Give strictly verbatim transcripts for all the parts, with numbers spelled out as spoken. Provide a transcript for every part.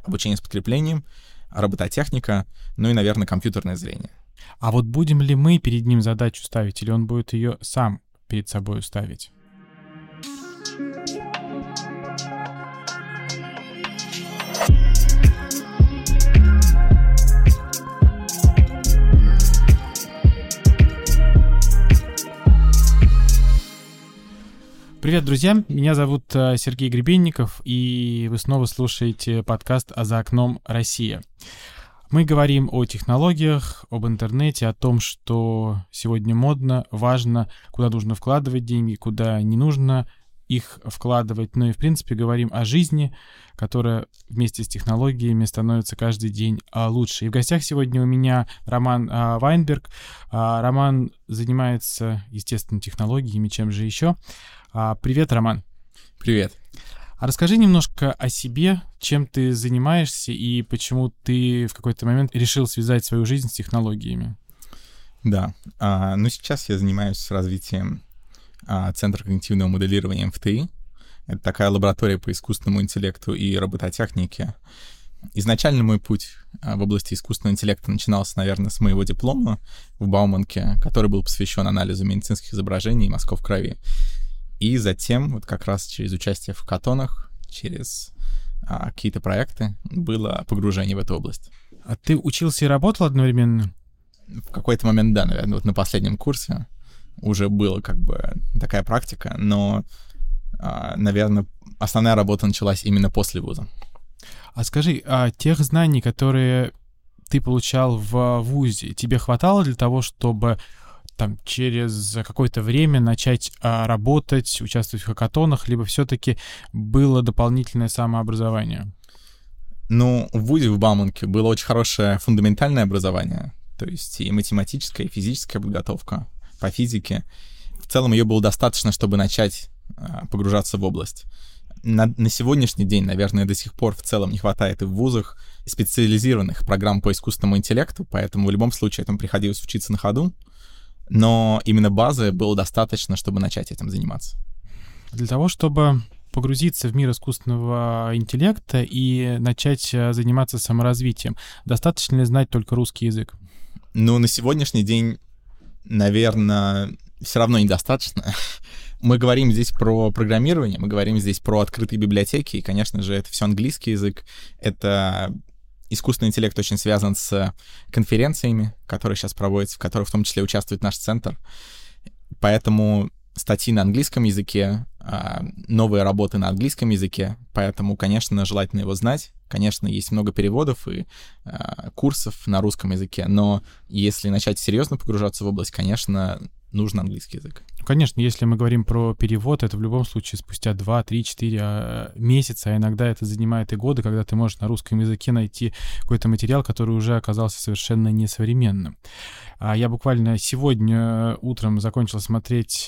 обучение с подкреплением, робототехника, ну и, наверное, компьютерное зрение. А вот будем ли мы перед ним задачу ставить, или он будет ее сам перед собой ставить? Привет, друзья! Меня зовут Сергей Гребенников, и вы снова слушаете подкаст «А за окном Россия». Мы говорим о технологиях, об интернете, о том, что сегодня модно, важно, куда нужно вкладывать деньги, куда не нужно их вкладывать. Ну и, в принципе, говорим о жизни, которая вместе с технологиями становится каждый день лучше. И в гостях сегодня у меня Роман Вайнберг. Роман занимается, естественно, технологиями, чем же еще. Привет, Роман. Привет. А расскажи немножко о себе, чем ты занимаешься и почему ты в какой-то момент решил связать свою жизнь с технологиями. Да, а, ну сейчас я занимаюсь развитием а, Центра когнитивного моделирования эм эф тэ и. Это такая лаборатория по искусственному интеллекту и робототехнике. Изначально мой путь а, в области искусственного интеллекта начинался, наверное, с моего диплома в Бауманке, который был посвящен анализу медицинских изображений мазков крови. И затем, вот как раз через участие в хакатонах, через а, какие-то проекты, было погружение в эту область. А ты учился и работал одновременно? В какой-то момент, да, наверное, вот на последнем курсе уже была как бы такая практика, но, а, наверное, основная работа началась именно после вуза. А скажи, а тех знаний, которые ты получал в вузе, тебе хватало для того, чтобы там через какое-то время начать а, работать, участвовать в хакатонах, либо все-таки было дополнительное самообразование? Ну, в вузе в Бауманке было очень хорошее фундаментальное образование, то есть и математическая, и физическая подготовка по физике. В целом ее было достаточно, чтобы начать а, погружаться в область. На, на сегодняшний день, наверное, до сих пор в целом не хватает и в вузах специализированных программ по искусственному интеллекту, поэтому в любом случае этому приходилось учиться на ходу. Но именно базы было достаточно, чтобы начать этим заниматься. Для того, чтобы погрузиться в мир искусственного интеллекта и начать заниматься саморазвитием, достаточно ли знать только русский язык? Ну, на сегодняшний день, наверное, все равно недостаточно. Мы говорим здесь про программирование, мы говорим здесь про открытые библиотеки, и, конечно же, это все английский язык, это... Искусственный интеллект очень связан с конференциями, которые сейчас проводятся, в которых в том числе участвует наш центр. Поэтому статьи на английском языке, новые работы на английском языке. Поэтому, конечно, желательно его знать. Конечно, есть много переводов и курсов на русском языке. Но если начать серьезно погружаться в область, конечно, нужен английский язык. Конечно, если мы говорим про перевод, это в любом случае спустя два, три, четыре месяца, а иногда это занимает и годы, когда ты можешь на русском языке найти какой-то материал, который уже оказался совершенно несовременным. Я буквально сегодня утром закончил смотреть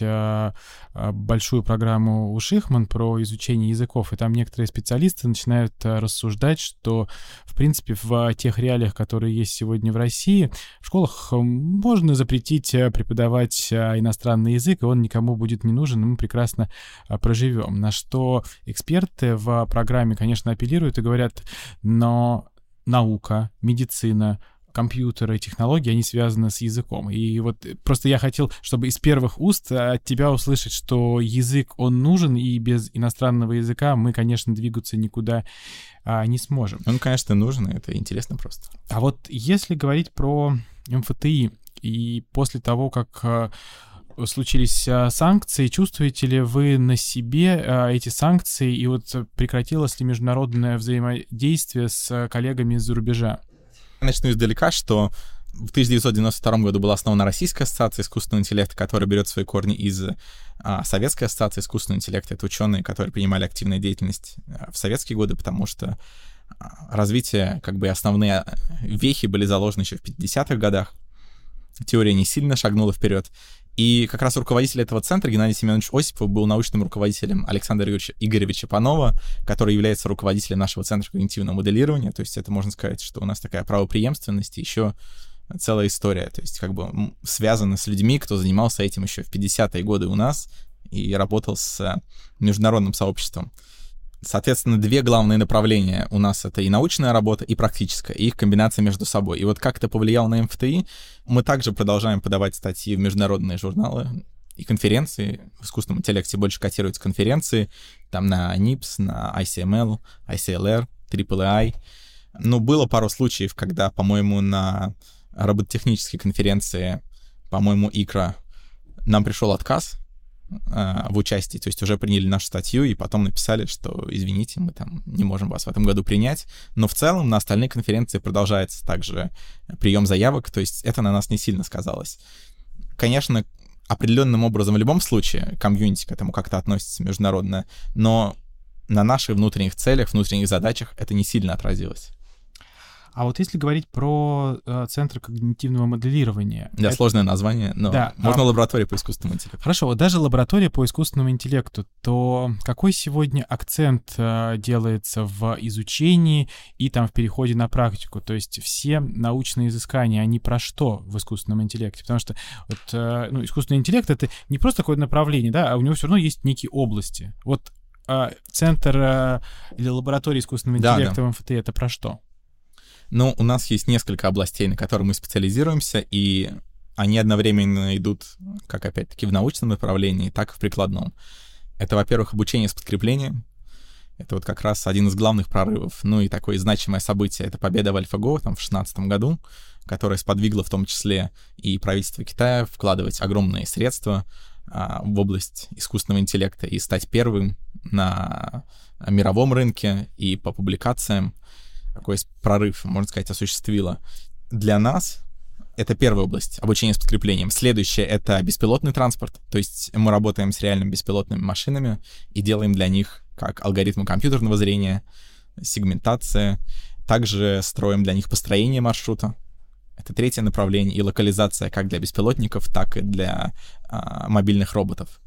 большую программу у Шихман про изучение языков, и там некоторые специалисты начинают рассуждать, что, в принципе, в тех реалиях, которые есть сегодня в России, в школах можно запретить преподавать иностранный язык, и он никому будет не нужен, и мы прекрасно проживем. На что эксперты в программе, конечно, апеллируют и говорят, но наука, медицина, компьютеры, технологии, они связаны с языком. И вот просто я хотел, чтобы из первых уст от тебя услышать, что язык, он нужен, и без иностранного языка мы, конечно, двигаться никуда а, не сможем. Он, конечно, нужен, и это интересно просто. А вот если говорить про эм эф тэ и, и после того, как случились санкции, чувствуете ли вы на себе эти санкции, и вот прекратилось ли международное взаимодействие с коллегами из-за рубежа? Начну издалека, что в тысяча девятьсот девяносто втором году была основана Российская ассоциация искусственного интеллекта, которая берет свои корни из а, Советской ассоциации искусственного интеллекта. Это ученые, которые принимали активную деятельность в советские годы, потому что развитие, как бы основные вехи были заложены еще в пятидесятых годах. Теория не сильно шагнула вперед. И как раз руководитель этого центра, Геннадий Семенович Осипов, был научным руководителем Александра Игоревича, Игоревича Панова, который является руководителем нашего Центра когнитивного моделирования. То есть это, можно сказать, что у нас такая правопреемственность и еще целая история. То есть как бы связана с людьми, кто занимался этим еще в пятидесятые годы у нас и работал с международным сообществом. Соответственно, две главные направления у нас — это и научная работа, и практическая, и их комбинация между собой. И вот как это повлияло на эм эф тэ и, мы также продолжаем подавать статьи в международные журналы и конференции. В искусственном интеллекте больше котируются конференции, там на НИПС, на ай си эм эл, ай си эл ар, трипл эй ай. Но было пару случаев, когда, по-моему, на робототехнической конференции, по-моему, икра, нам пришел отказ в участии, то есть уже приняли нашу статью и потом написали, что извините, мы там не можем вас в этом году принять, но в целом на остальные конференции продолжается также прием заявок, то есть это на нас не сильно сказалось. Конечно, определенным образом в любом случае комьюнити к этому как-то относится международно, но на наших внутренних целях, внутренних задачах это не сильно отразилось. А вот если говорить про э, Центр когнитивного моделирования... Да, это... сложное название, но да, можно а... лаборатория по искусственному интеллекту. Хорошо, вот даже лаборатория по искусственному интеллекту, то какой сегодня акцент э, делается в изучении и там в переходе на практику? То есть все научные изыскания, они про что в искусственном интеллекте? Потому что вот, э, ну, искусственный интеллект — это не просто какое-то направление, да, а у него все равно есть некие области. Вот э, Центр э, или лаборатория искусственного интеллекта да, да. в эм эф тэ и — это про что? Ну, у нас есть несколько областей, на которые мы специализируемся, и они одновременно идут как, опять-таки, в научном направлении, так и в прикладном. Это, во-первых, обучение с подкреплением. Это вот как раз один из главных прорывов. Ну и такое значимое событие — это победа в AlphaGo там, в шестнадцатом году, которая сподвигла в том числе и правительство Китая вкладывать огромные средства а, в область искусственного интеллекта и стать первым на мировом рынке и по публикациям. Такой прорыв, можно сказать, осуществила. Для нас это первая область — обучение с подкреплением. Следующее — это беспилотный транспорт. То есть мы работаем с реальными беспилотными машинами и делаем для них как алгоритмы компьютерного зрения, сегментация. Также строим для них построение маршрута. Это третье направление. И локализация как для беспилотников, так и для а, мобильных роботов.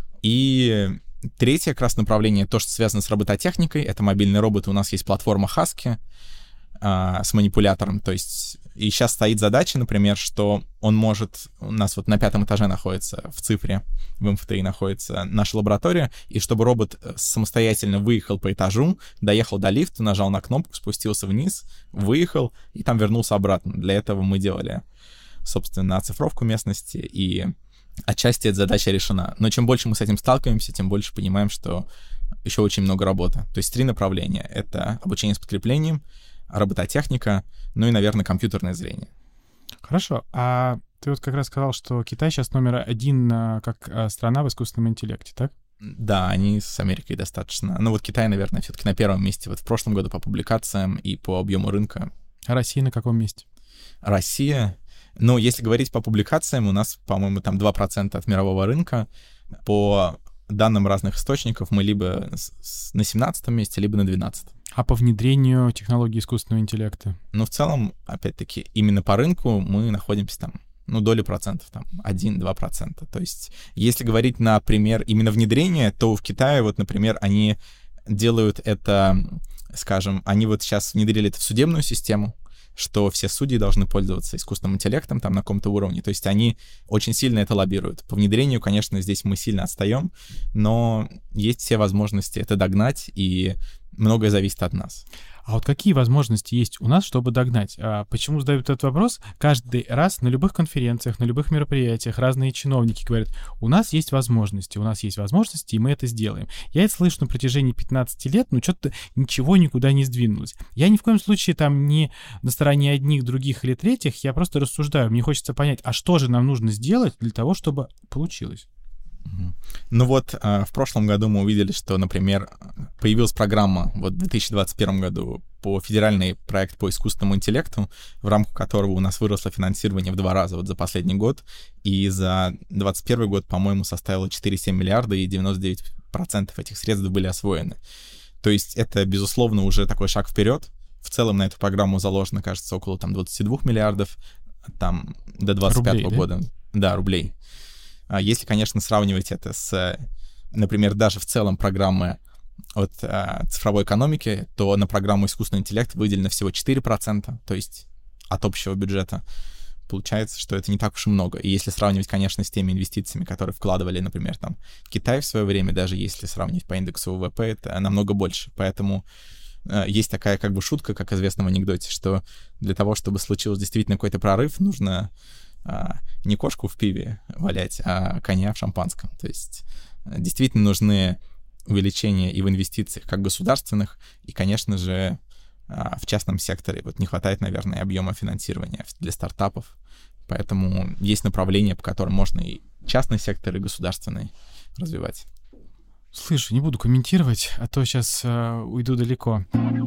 И третье как раз направление, то, что связано с робототехникой, это мобильные роботы. У нас есть платформа Husky а, с манипулятором. То есть и сейчас стоит задача, например, что он может... У нас вот на пятом этаже находится, в цифре, в эм эф тэ и находится наша лаборатория, и чтобы робот самостоятельно выехал по этажу, доехал до лифта, нажал на кнопку, спустился вниз, выехал и там вернулся обратно. Для этого мы делали, собственно, оцифровку местности, и отчасти эта задача решена. Но чем больше мы с этим сталкиваемся, тем больше понимаем, что еще очень много работы. То есть три направления — это обучение с подкреплением, робототехника, ну и, наверное, компьютерное зрение. Хорошо. А ты вот как раз сказал, что Китай сейчас номер один как страна в искусственном интеллекте, так? Да, они с Америкой достаточно. Ну вот Китай, наверное, все-таки на первом месте. Вот в прошлом году по публикациям и по объему рынка. А Россия на каком месте? Россия... Ну, если говорить по публикациям, у нас, по-моему, там два процента от мирового рынка. По данным разных источников мы либо на семнадцатом месте, либо на двенадцатом. А по внедрению технологий искусственного интеллекта? Ну, в целом, опять-таки, именно по рынку мы находимся там, ну, доли процентов, там, один-два процента. То есть, если говорить, например, именно внедрение, то в Китае, вот, например, они делают это, скажем, они вот сейчас внедрили это в судебную систему, что все судьи должны пользоваться искусственным интеллектом там на каком-то уровне. То есть они очень сильно это лоббируют. По внедрению, конечно, здесь мы сильно отстаем, но есть все возможности это догнать, и многое зависит от нас. А вот какие возможности есть у нас, чтобы догнать? А почему задают этот вопрос? Каждый раз на любых конференциях, на любых мероприятиях разные чиновники говорят: у нас есть возможности, у нас есть возможности, и мы это сделаем. Я это слышу на протяжении пятнадцати лет, но что-то ничего никуда не сдвинулось. Я ни в коем случае там не на стороне одних, других или третьих, я просто рассуждаю. Мне хочется понять, а что же нам нужно сделать для того, чтобы получилось? Ну вот, в прошлом году мы увидели, что, например, появилась программа вот в две тысячи двадцать первом году по федеральный проект по искусственному интеллекту, в рамках которого у нас выросло финансирование в два раза вот за последний год, и за двадцать первый год, по-моему, составило четыре целых семь десятых миллиарда, и девяносто девять процентов этих средств были освоены. То есть это, безусловно, уже такой шаг вперед. В целом на эту программу заложено, кажется, около там двадцать два миллиардов, там до двадцать пятого года. Да, рублей. Если, конечно, сравнивать это с, например, даже в целом программы от а, цифровой экономики, то на программу искусственный интеллект выделено всего четыре процента, то есть от общего бюджета. получается, что это не так уж и много. И если сравнивать, конечно, с теми инвестициями, которые вкладывали, например, там, Китай в свое время, даже если сравнивать по индексу ВВП, это намного больше. Поэтому э, есть такая как бы шутка, как известно в анекдоте, что для того, чтобы случился действительно какой-то прорыв, нужно э, не кошку в пиве валять, а коня в шампанском. То есть э, действительно нужны увеличения и в инвестициях как государственных, и, конечно же, в частном секторе вот не хватает, наверное, объема финансирования для стартапов, поэтому есть направления, по которым можно и частный сектор, и государственный развивать. Слушай, не буду комментировать, а то сейчас э, уйду далеко.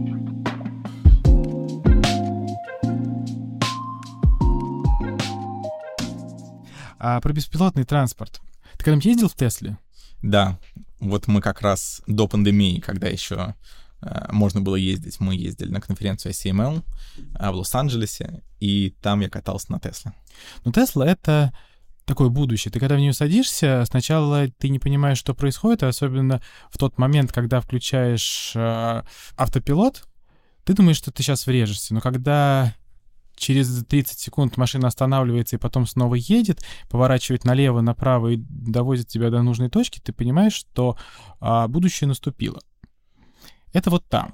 А про беспилотный транспорт. Ты когда-нибудь ездил в Тесле? Да, вот мы как раз до пандемии, когда еще можно было ездить. Мы ездили на конференцию ай си эм эл в Лос-Анджелесе, и там я катался на Тесле. Ну, Тесла — это такое будущее. Ты когда в нее садишься, сначала ты не понимаешь, что происходит, а особенно в тот момент, когда включаешь э, автопилот, ты думаешь, что ты сейчас врежешься. Но когда через тридцать секунд машина останавливается и потом снова едет, поворачивает налево, направо и довозит тебя до нужной точки, ты понимаешь, что э, будущее наступило. Это вот там.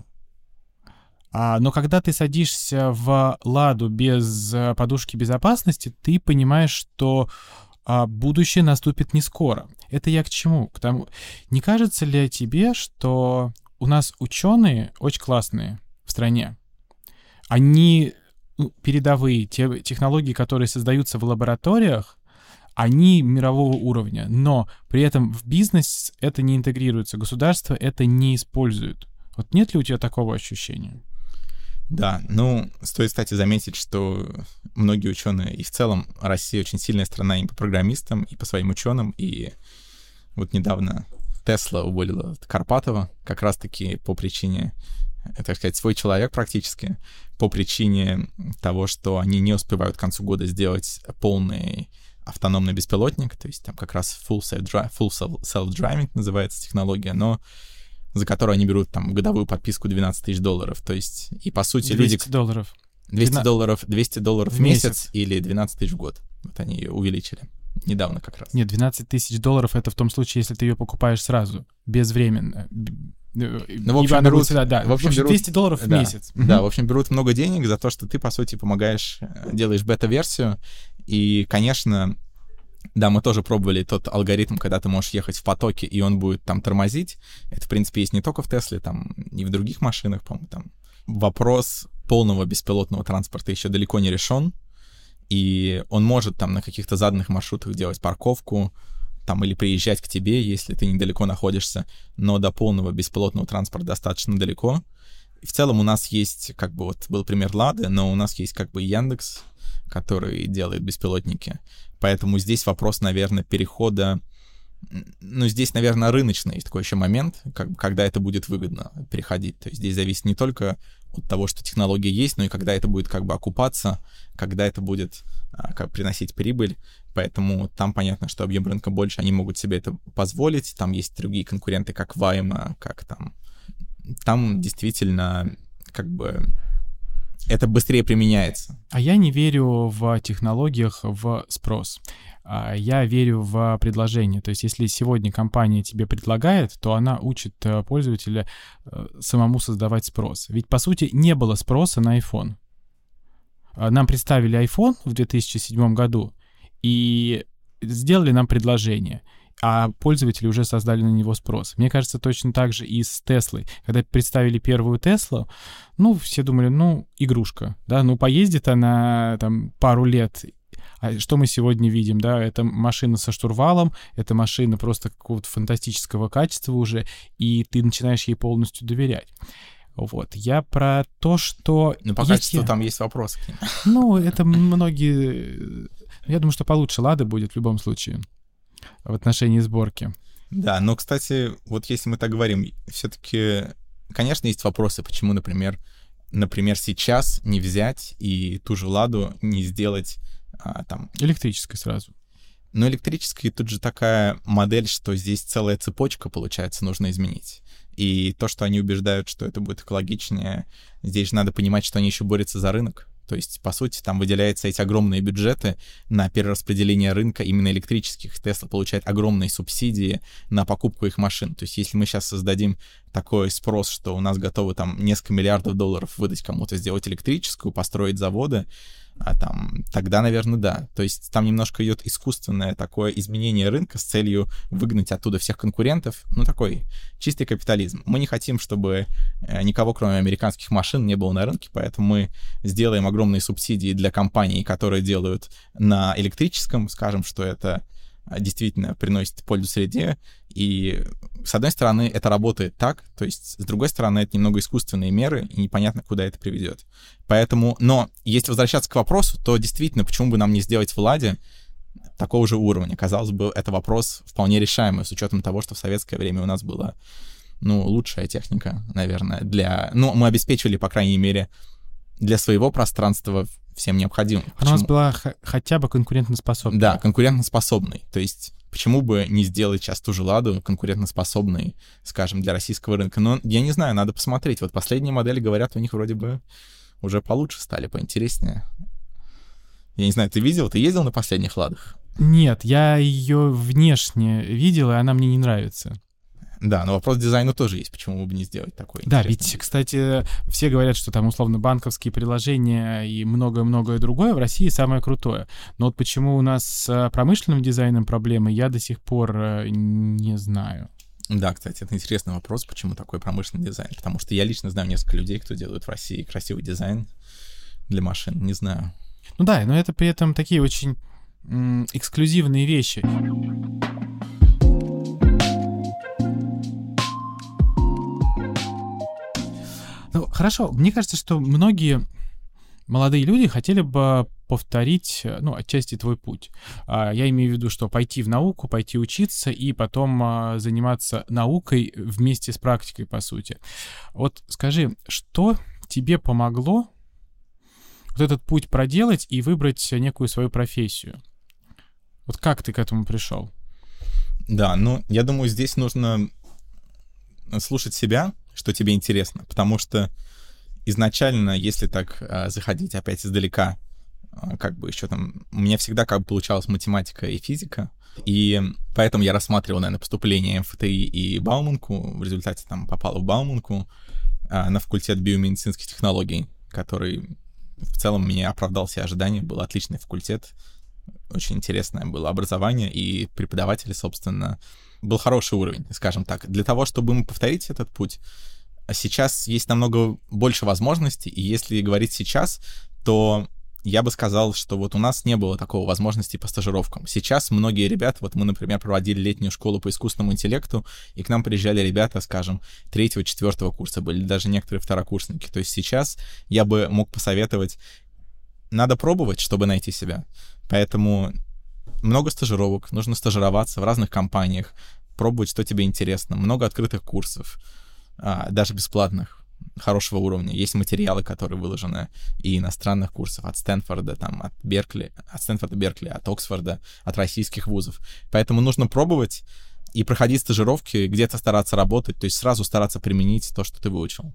А, но когда ты садишься в «Ладу» без а, подушки безопасности, ты понимаешь, что а, будущее наступит не скоро. Это я к чему? К тому, не кажется ли тебе, что у нас ученые очень классные в стране? Они ну, передовые, те технологии, которые создаются в лабораториях, они мирового уровня, но при этом в бизнес это не интегрируется, государство это не использует. Вот нет ли у тебя такого ощущения? Да, ну, стоит, кстати, заметить, что многие ученые, и в целом Россия очень сильная страна и по программистам, и по своим ученым, и вот недавно Тесла уволила Карпатова как раз-таки по причине, так сказать, свой человек практически, по причине того, что они не успевают к концу года сделать полный автономный беспилотник, то есть там как раз full self-driving, full self-driving называется технология, но за которую они берут там годовую подписку двенадцать тысяч долларов. То есть, и по сути люди... двести долларов. двести долларов, двести долларов в месяц, месяц или двенадцать тысяч в год. Вот они ее увеличили. Недавно как раз. Нет, двенадцать тысяч долларов — это в том случае, если ты ее покупаешь сразу, безвременно. Ну, в общем, берут, сюда, да. в общем, берут, двести долларов в да, месяц. Да, в общем, берут много денег за то, что ты, по сути, помогаешь, делаешь бета-версию. И, конечно... Да, мы тоже пробовали тот алгоритм, когда ты можешь ехать в потоке, и он будет там тормозить. Это, в принципе, есть не только в Тесле, там и в других машинах, по-моему, там. Вопрос полного беспилотного транспорта еще далеко не решен, и он может там на каких-то заданных маршрутах делать парковку, там, или приезжать к тебе, если ты недалеко находишься, но до полного беспилотного транспорта достаточно далеко. И в целом у нас есть, как бы, вот был пример Лады, но у нас есть как бы Яндекс, который делает беспилотники. Поэтому здесь вопрос, наверное, перехода... Ну, здесь, наверное, рыночный такой еще момент, как, когда это будет выгодно переходить. То есть здесь зависит не только от того, что технология есть, но и когда это будет как бы окупаться, когда это будет а, как приносить прибыль. Поэтому там понятно, что объем рынка больше, они могут себе это позволить. Там есть другие конкуренты, как Вайма, как там... Там действительно как бы... это быстрее применяется. А я не верю в технологиях в спрос. Я верю в предложение. То есть если сегодня компания тебе предлагает, то она учит пользователя самому создавать спрос. Ведь, по сути, не было спроса на iPhone. Нам представили iPhone в две тысячи седьмом году и сделали нам предложение, а пользователи уже создали на него спрос. Мне кажется, точно так же и с Теслой. Когда представили первую Теслу, ну, все думали, ну, игрушка, да, ну, поездит она там пару лет. А что мы сегодня видим, да, это машина со штурвалом, это машина просто какого-то фантастического качества уже, и ты начинаешь ей полностью доверять. Вот, я про то, что... Ну, по качеству там есть вопросы к ним. Ну, это многие... Я думаю, что получше Лады будет в любом случае в отношении сборки. Да, но, кстати, вот если мы так говорим, все-таки, конечно, есть вопросы, почему, например, например, сейчас не взять и ту же Ладу не сделать а, там... Электрической сразу. Но электрической тут же такая модель, что здесь целая цепочка, получается, нужно изменить. И то, что они убеждают, что это будет экологичнее, здесь же надо понимать, что они еще борются за рынок. То есть, по сути, там выделяются эти огромные бюджеты на перераспределение рынка именно электрических. Tesla получает огромные субсидии на покупку их машин. То есть, если мы сейчас создадим такой спрос, что у нас готовы там несколько миллиардов долларов выдать кому-то, сделать электрическую, построить заводы, а там, тогда, наверное, да. То есть там немножко идет искусственное такое изменение рынка с целью выгнать оттуда всех конкурентов. Ну, такой чистый капитализм. Мы не хотим, чтобы никого, кроме американских машин, не было на рынке, поэтому мы сделаем огромные субсидии для компаний, которые делают на электрическом, скажем, что это действительно приносит пользу среде, и с одной стороны это работает так, то есть с другой стороны это немного искусственные меры, и непонятно, куда это приведет. Поэтому, но если возвращаться к вопросу, то действительно, почему бы нам не сделать в Ладе такого же уровня? Казалось бы, это вопрос вполне решаемый, с учетом того, что в советское время у нас была, ну, лучшая техника, наверное, для... Ну, мы обеспечивали, по крайней мере, для своего пространства всем необходимым. Она у нас была х- хотя бы конкурентоспособной. Да, конкурентоспособной. То есть почему бы не сделать сейчас ту же Ладу конкурентоспособной, скажем, для российского рынка? Но я не знаю, надо посмотреть. Вот последние модели, говорят, у них вроде бы уже получше стали, поинтереснее. Я не знаю, ты видел? Ты ездил на последних Ладах? Нет, я ее внешне видел, и она мне не нравится. Да, но вопрос дизайна тоже есть, почему бы не сделать такой. Да, ведь, кстати, все говорят, что там условно банковские приложения и многое-многое другое в России самое крутое. Но вот почему у нас с промышленным дизайном проблемы, я до сих пор не знаю. Да, кстати, это интересный вопрос, почему такой промышленный дизайн. Потому что я лично знаю несколько людей, кто делает в России красивый дизайн для машин, не знаю. Ну да, но это при этом такие очень м- эксклюзивные вещи. Ну, хорошо, мне кажется, что многие молодые люди хотели бы повторить, ну, отчасти твой путь. Я имею в виду, что пойти в науку, пойти учиться и потом заниматься наукой вместе с практикой, по сути. Вот скажи, что тебе помогло вот этот путь проделать и выбрать некую свою профессию? Вот как ты к этому пришел? Да, ну, я думаю, здесь нужно слушать себя, что тебе интересно, потому что изначально, если так а, заходить опять издалека, а, как бы еще там, у меня всегда как бы получалась математика и физика, и поэтому я рассматривал, наверное, поступление в эм эф тэ и и Бауманку, в результате там попал в Бауманку а, на факультет биомедицинских технологий, который в целом мне оправдал все ожидания, был отличный факультет, очень интересное было образование, и преподаватели, собственно, был хороший уровень, скажем так. Для того, чтобы мы повторить этот путь, сейчас есть намного больше возможностей, и если говорить сейчас, то я бы сказал, что вот у нас не было такого возможности по стажировкам. Сейчас многие ребята, вот мы, например, проводили летнюю школу по искусственному интеллекту, и к нам приезжали ребята, скажем, третьего, четвертого курса, были даже некоторые второкурсники. То есть сейчас я бы мог посоветовать, надо пробовать, чтобы найти себя. Поэтому много стажировок, нужно стажироваться в разных компаниях, пробовать, что тебе интересно. Много открытых курсов, а, даже бесплатных, хорошего уровня. Есть материалы, которые выложены и иностранных курсов от Стэнфорда, там, от Беркли, от Стэнфорда, Беркли, от Оксфорда, от российских вузов. Поэтому нужно пробовать и проходить стажировки, где-то стараться работать, то есть сразу стараться применить то, что ты выучил.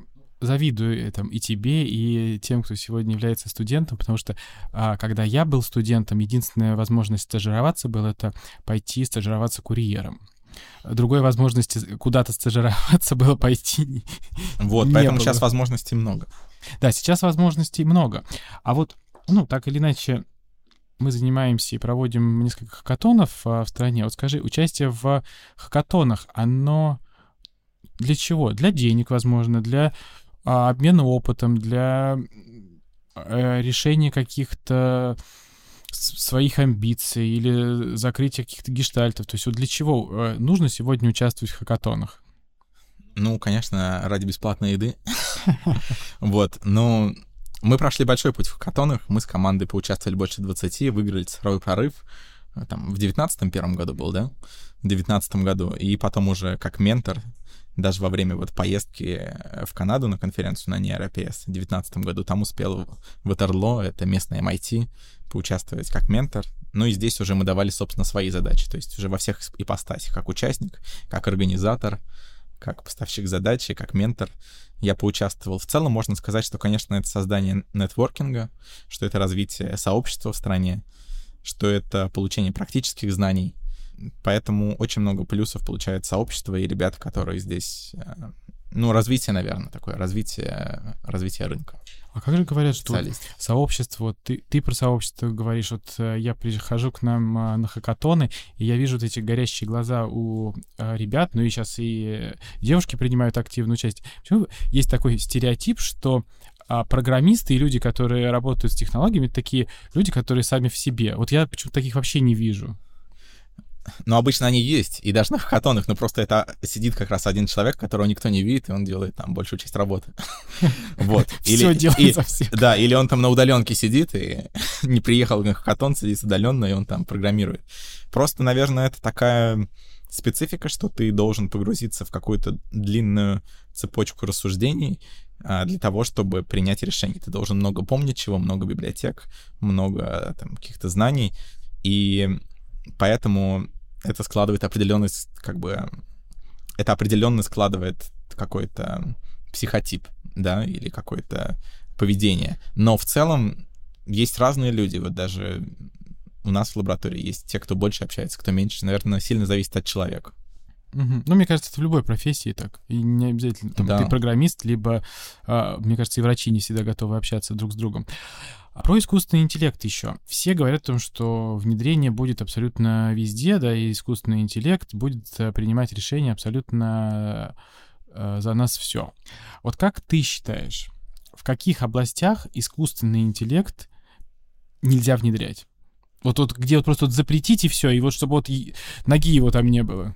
Завидую там и тебе, и тем, кто сегодня является студентом, потому что а, когда я был студентом, единственная возможность стажироваться была это пойти стажироваться курьером. Другой возможности куда-то стажироваться было пойти. Вот, поэтому было. Сейчас возможностей много. Да, сейчас возможностей много. А вот, ну, так или иначе, мы занимаемся и проводим несколько хакатонов а, в стране. Вот скажи, участие в хакатонах, оно для чего? Для денег, возможно, для а, обмена опытом, для а, решения каких-то своих амбиций или закрытия каких-то гештальтов. То есть вот для чего а, нужно сегодня участвовать в хакатонах? Ну, конечно, ради бесплатной еды. Вот, но мы прошли большой путь в хакатонах. Мы с командой поучаствовали больше двадцати, выиграли цифровой прорыв. Там в девятнадцатом первом году был, да? В девятнадцатом году. И потом уже как ментор, даже во время вот поездки в Канаду на конференцию на нейропес в девятнадцатом году, там успел в Ватерлоо, это местное эм ай ти, поучаствовать как ментор. Ну и здесь уже мы давали, собственно, свои задачи. То есть уже во всех ипостасях, как участник, как организатор, как поставщик задачи, как ментор. Я поучаствовал. В целом можно сказать, что, конечно, это создание нетворкинга, что это развитие сообщества в стране, что это получение практических знаний. Поэтому очень много плюсов получает сообщество и ребята, которые здесь... Ну, развитие, наверное, такое, развитие, развитие рынка. А как же говорят, что вот сообщество, вот ты, ты про сообщество говоришь, вот я прихожу к нам на хакатоны, и я вижу вот эти горящие глаза у ребят, ну и сейчас и девушки принимают активное участие. Почему есть такой стереотип, что а программисты и люди, которые работают с технологиями, это такие люди, которые сами в себе. Вот я почему-то таких вообще не вижу. Но обычно они есть, и даже на хакатонах, но просто это сидит как раз один человек, которого никто не видит, и он делает там большую часть работы. Вот. Все делает за всех. Да, или он там на удаленке сидит, и не приехал на хакатон, сидит удаленно, и он там программирует. Просто, наверное, это такая специфика, что ты должен погрузиться в какую-то длинную цепочку рассуждений для того, чтобы принять решение. Ты должен много помнить чего, много библиотек, много там каких-то знаний, и поэтому это складывает определенность, как бы, это определенно складывает какой-то психотип, да, или какое-то поведение. Но в целом есть разные люди, вот даже у нас в лаборатории есть те, кто больше общается, кто меньше, наверное, сильно зависит от человека. Угу. Ну, мне кажется, это в любой профессии так. И не обязательно там, да. Ты программист, либо, а, мне кажется, и врачи не всегда готовы общаться друг с другом. Про искусственный интеллект еще. Все говорят о том, что внедрение будет абсолютно везде, да, и искусственный интеллект будет принимать решения абсолютно э, за нас все. Вот как ты считаешь, в каких областях искусственный интеллект нельзя внедрять? Вот, вот где вот просто вот запретить и все, и вот чтобы вот ноги его там не было.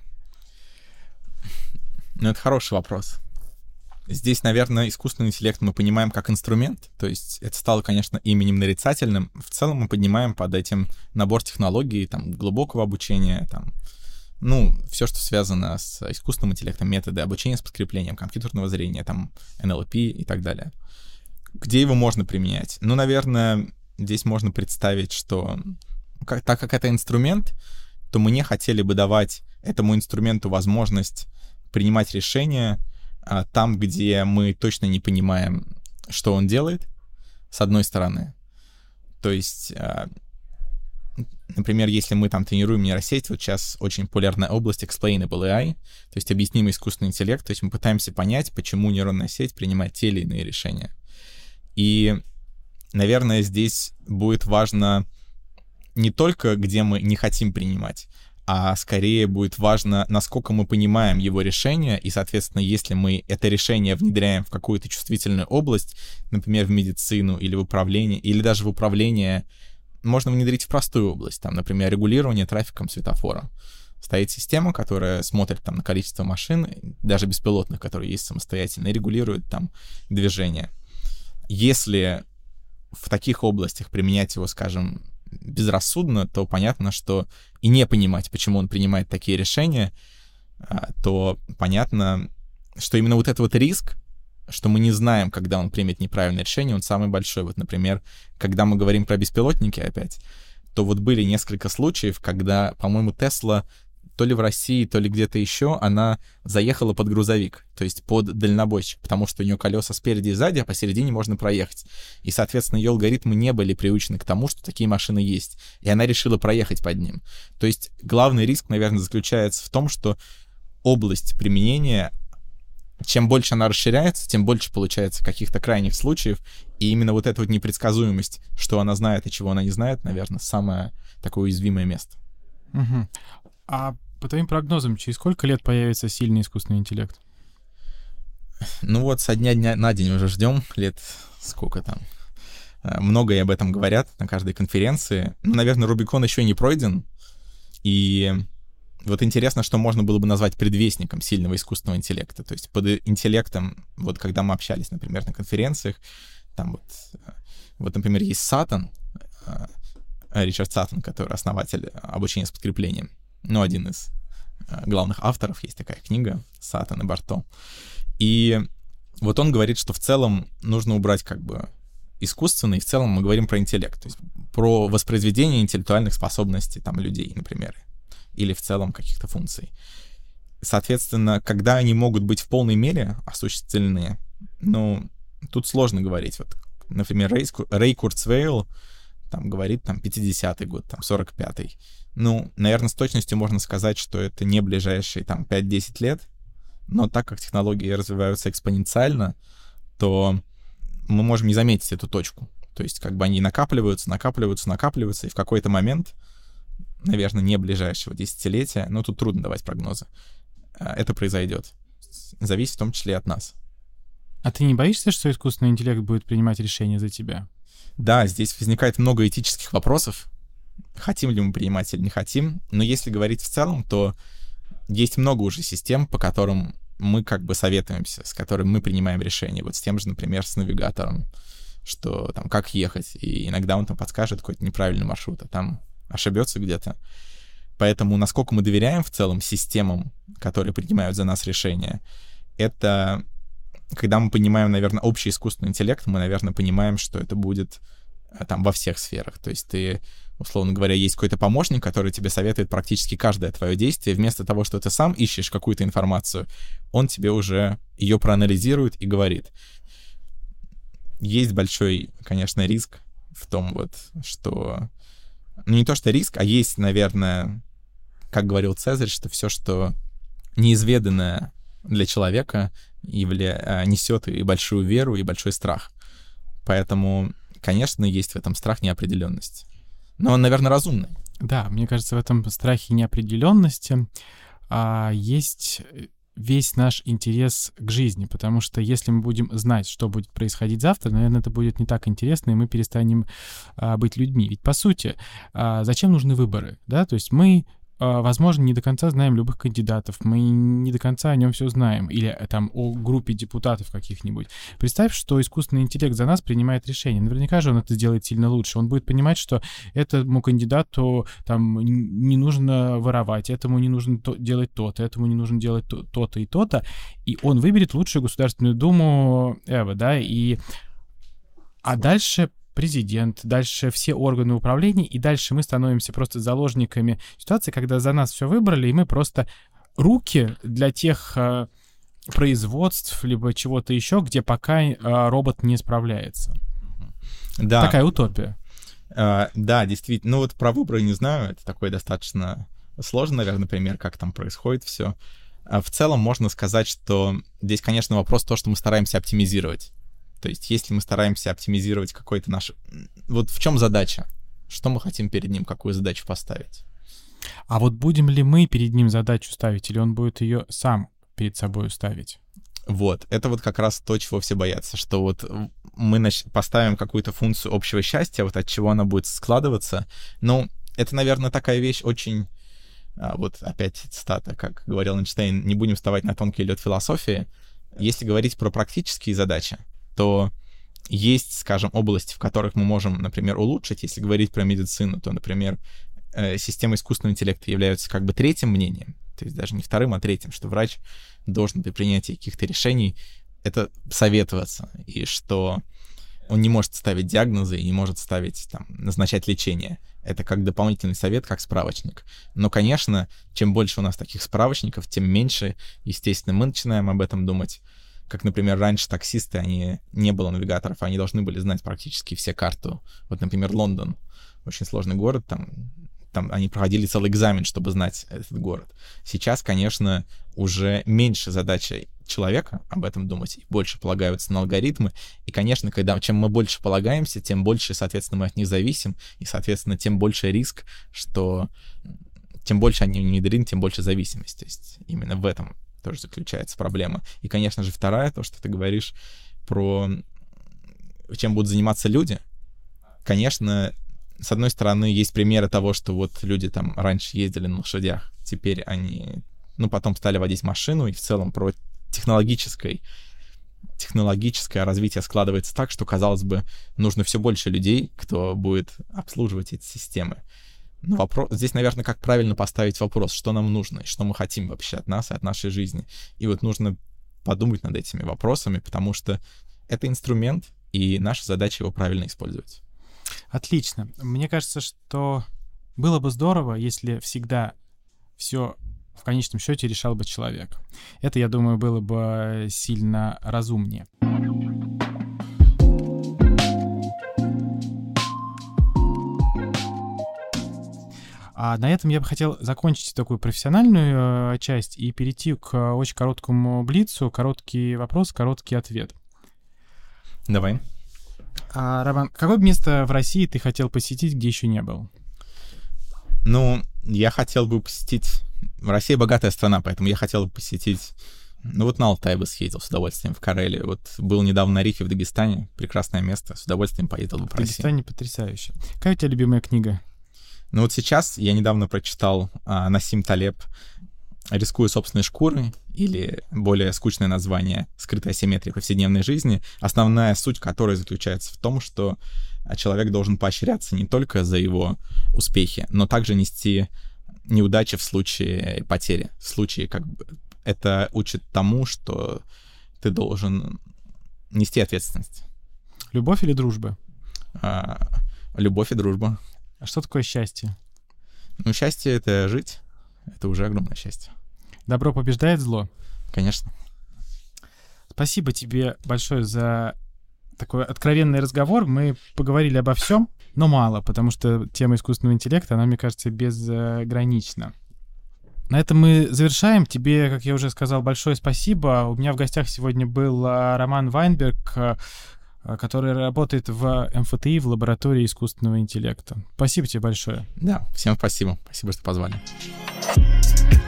Ну, это хороший вопрос. Здесь, наверное, искусственный интеллект мы понимаем как инструмент, то есть это стало, конечно, именем нарицательным. В целом мы поднимаем под этим набор технологий, там, глубокого обучения, там, ну, все, что связано с искусственным интеллектом, методы обучения с подкреплением компьютерного зрения, там, эн эл пи и так далее. Где его можно применять? Ну, наверное, здесь можно представить, что как, так как это инструмент, то мы не хотели бы давать этому инструменту возможность принимать решения а, там, где мы точно не понимаем, что он делает, с одной стороны. То есть, а, например, если мы там тренируем нейросеть, вот сейчас очень популярная область explainable эй ай, то есть объяснимый искусственный интеллект, то есть мы пытаемся понять, почему нейронная сеть принимает те или иные решения. И, наверное, здесь будет важно не только, где мы не хотим принимать, а скорее будет важно, насколько мы понимаем его решение, и, соответственно, если мы это решение внедряем в какую-то чувствительную область, например, в медицину или в управление, или даже в управление, можно внедрить в простую область, там, например, регулирование трафиком светофора. Стоит система, которая смотрит там на количество машин, даже беспилотных, которые есть самостоятельно, и регулирует там движение. Если в таких областях применять его, скажем, безрассудно, то понятно, что и не понимать, почему он принимает такие решения, то понятно, что именно вот этот вот риск, что мы не знаем, когда он примет неправильное решение, он самый большой. Вот, например, когда мы говорим про беспилотники опять, то вот были несколько случаев, когда, по-моему, Тесла то ли в России, то ли где-то еще, она заехала под грузовик, то есть под дальнобойщик, потому что у нее колеса спереди и сзади, а посередине можно проехать. И, соответственно, ее алгоритмы не были приучены к тому, что такие машины есть. И она решила проехать под ним. То есть главный риск, наверное, заключается в том, что область применения, чем больше она расширяется, тем больше получается каких-то крайних случаев. И именно вот эта вот непредсказуемость, что она знает и чего она не знает, наверное, самое такое уязвимое место. Угу. А по твоим прогнозам, через сколько лет появится сильный искусственный интеллект? Ну вот со дня, дня на день уже ждем, лет сколько там. Много и об этом говорят на каждой конференции. Ну, наверное, Рубикон еще не пройден. И вот интересно, что можно было бы назвать предвестником сильного искусственного интеллекта. То есть под интеллектом, вот когда мы общались, например, на конференциях, там вот, вот например, есть Саттон, Ричард Саттон, который основатель обучения с подкреплением. Ну, один из э, главных авторов, есть такая книга «Саттон и Барто». И вот он говорит, что в целом нужно убрать как бы искусственный, и в целом мы говорим про интеллект, то есть про воспроизведение интеллектуальных способностей там людей, например, или в целом каких-то функций. Соответственно, когда они могут быть в полной мере осуществлены, ну, тут сложно говорить. Вот, например, Рэй, Рэй Курцвейл там говорит, там, пятидесятый год, там, сорок пятый. Ну, наверное, с точностью можно сказать, что это не ближайшие, там, пять-десять лет, но так как технологии развиваются экспоненциально, то мы можем не заметить эту точку. То есть, как бы они накапливаются, накапливаются, накапливаются, и в какой-то момент, наверное, не ближайшего десятилетия, но тут трудно давать прогнозы, это произойдет. Зависит в том числе и от нас. А ты не боишься, что искусственный интеллект будет принимать решения за тебя? Да, здесь возникает много этических вопросов. Хотим ли мы принимать или не хотим. Но если говорить в целом, то есть много уже систем, по которым мы как бы советуемся, с которыми мы принимаем решения. Вот с тем же, например, с навигатором, что там как ехать. И иногда он там подскажет какой-то неправильный маршрут, а там ошибется где-то. Поэтому насколько мы доверяем в целом системам, которые принимают за нас решения, это когда мы понимаем, наверное, общий искусственный интеллект, мы, наверное, понимаем, что это будет там во всех сферах. То есть ты, условно говоря, есть какой-то помощник, который тебе советует практически каждое твое действие. Вместо того, что ты сам ищешь какую-то информацию, он тебе уже ее проанализирует и говорит. Есть большой, конечно, риск в том вот, что... Ну, не то, что риск, а есть, наверное, как говорил Цезарь, что все, что неизведанное для человека, явля... несет и большую веру, и большой страх. Поэтому, конечно, есть в этом страх неопределенности. Но он, наверное, разумный. Да, мне кажется, в этом страхе неопределенности а, есть весь наш интерес к жизни, потому что если мы будем знать, что будет происходить завтра, наверное, это будет не так интересно, и мы перестанем а, быть людьми. Ведь, по сути, а, зачем нужны выборы? Да? То есть мы, а, возможно, не до конца знаем любых кандидатов, мы не до конца о нем все знаем, или там о группе депутатов каких-нибудь. Представь, что искусственный интеллект за нас принимает решение. Наверняка же он это сделает сильно лучше. Он будет понимать, что этому кандидату там не нужно воровать, этому не нужно то, делать то-то, этому не нужно делать то- то-то и то-то, и он выберет лучшую Государственную Думу Эва, да, и... А дальше президент, дальше все органы управления, и дальше мы становимся просто заложниками ситуации, когда за нас все выбрали, и мы просто руки для тех э, производств, либо чего-то еще, где пока э, робот не справляется. Да. Такая утопия. Uh, да, действительно. Ну вот про выборы не знаю, это такой достаточно сложный, наверное, пример, как там происходит все. Uh, в целом можно сказать, что здесь, конечно, вопрос то, что мы стараемся оптимизировать. То есть если мы стараемся оптимизировать какой-то наш... Вот в чем задача? Что мы хотим перед ним, какую задачу поставить? А вот будем ли мы перед ним задачу ставить, или он будет ее сам перед собой ставить? Вот, это вот как раз то, чего все боятся, что вот мы нач... поставим какую-то функцию общего счастья, вот от чего она будет складываться. Ну, это, наверное, такая вещь очень... А, вот опять цитата, как говорил Эйнштейн, не будем вставать на тонкий лед философии. Если говорить про практические задачи, то есть, скажем, области, в которых мы можем, например, улучшить. Если говорить про медицину, то, например, системы искусственного интеллекта являются как бы третьим мнением, то есть даже не вторым, а третьим, что врач должен при принятии каких-то решений это советоваться, и что он не может ставить диагнозы и не может ставить, там, назначать лечение. Это как дополнительный совет, как справочник. Но, конечно, чем больше у нас таких справочников, тем меньше, естественно, мы начинаем об этом думать. Как, например, раньше таксисты, они не было навигаторов, они должны были знать практически все карты. Вот, например, Лондон, очень сложный город, там, там они проходили целый экзамен, чтобы знать этот город. Сейчас, конечно, уже меньше задача человека об этом думать, и больше полагаются на алгоритмы. И, конечно, когда, чем мы больше полагаемся, тем больше, соответственно, мы от них зависим, и, соответственно, тем больше риск, что тем больше они внедрены, тем больше зависимость. То есть именно в этом тоже заключается проблема. И, конечно же, вторая, то, что ты говоришь про чем будут заниматься люди. Конечно, с одной стороны, есть примеры того, что вот люди там раньше ездили на лошадях, теперь они, ну, потом стали водить машину, и в целом про технологическое, технологическое развитие складывается так, что, казалось бы, нужно все больше людей, кто будет обслуживать эти системы. Но вопрос, здесь, наверное, как правильно поставить вопрос, что нам нужно, и что мы хотим вообще от нас и от нашей жизни. И вот нужно подумать над этими вопросами, потому что это инструмент, и наша задача его правильно использовать. Отлично. Мне кажется, что было бы здорово, если всегда все в конечном счете решал бы человек. Это, я думаю, было бы сильно разумнее. А на этом я бы хотел закончить такую профессиональную э, часть и перейти к очень короткому блицу. Короткий вопрос, короткий ответ. Давай. А, Роман, какое место в России ты хотел посетить, где еще не был? Ну, я хотел бы посетить... Россия богатая страна, поэтому я хотел бы посетить... Ну вот на Алтай бы съездил с удовольствием, в Карелию. Вот был недавно на рифе в Дагестане. Прекрасное место. С удовольствием поездил бы по России. В Дагестане потрясающе. Какая у тебя любимая книга? Ну вот сейчас я недавно прочитал а, Насим Талеб «Рискуя собственной шкурой», или более скучное название «Скрытая асимметрия повседневной жизни», основная суть которой заключается в том, что человек должен поощряться не только за его успехи, но также нести неудачи в случае потери. В случае, как бы, это учит тому, что ты должен нести ответственность. Любовь или дружба? А, любовь и дружба. А что такое счастье? Ну, счастье — это жить. Это уже огромное счастье. Добро побеждает зло? Конечно. Спасибо тебе большое за такой откровенный разговор. Мы поговорили обо всем, но мало, потому что тема искусственного интеллекта, она, мне кажется, безгранична. На этом мы завершаем. Тебе, как я уже сказал, большое спасибо. У меня в гостях сегодня был Роман Вайнберг, который работает в эм эф тэ и, в лаборатории искусственного интеллекта. Спасибо тебе большое. Да, всем спасибо. Спасибо, что позвали.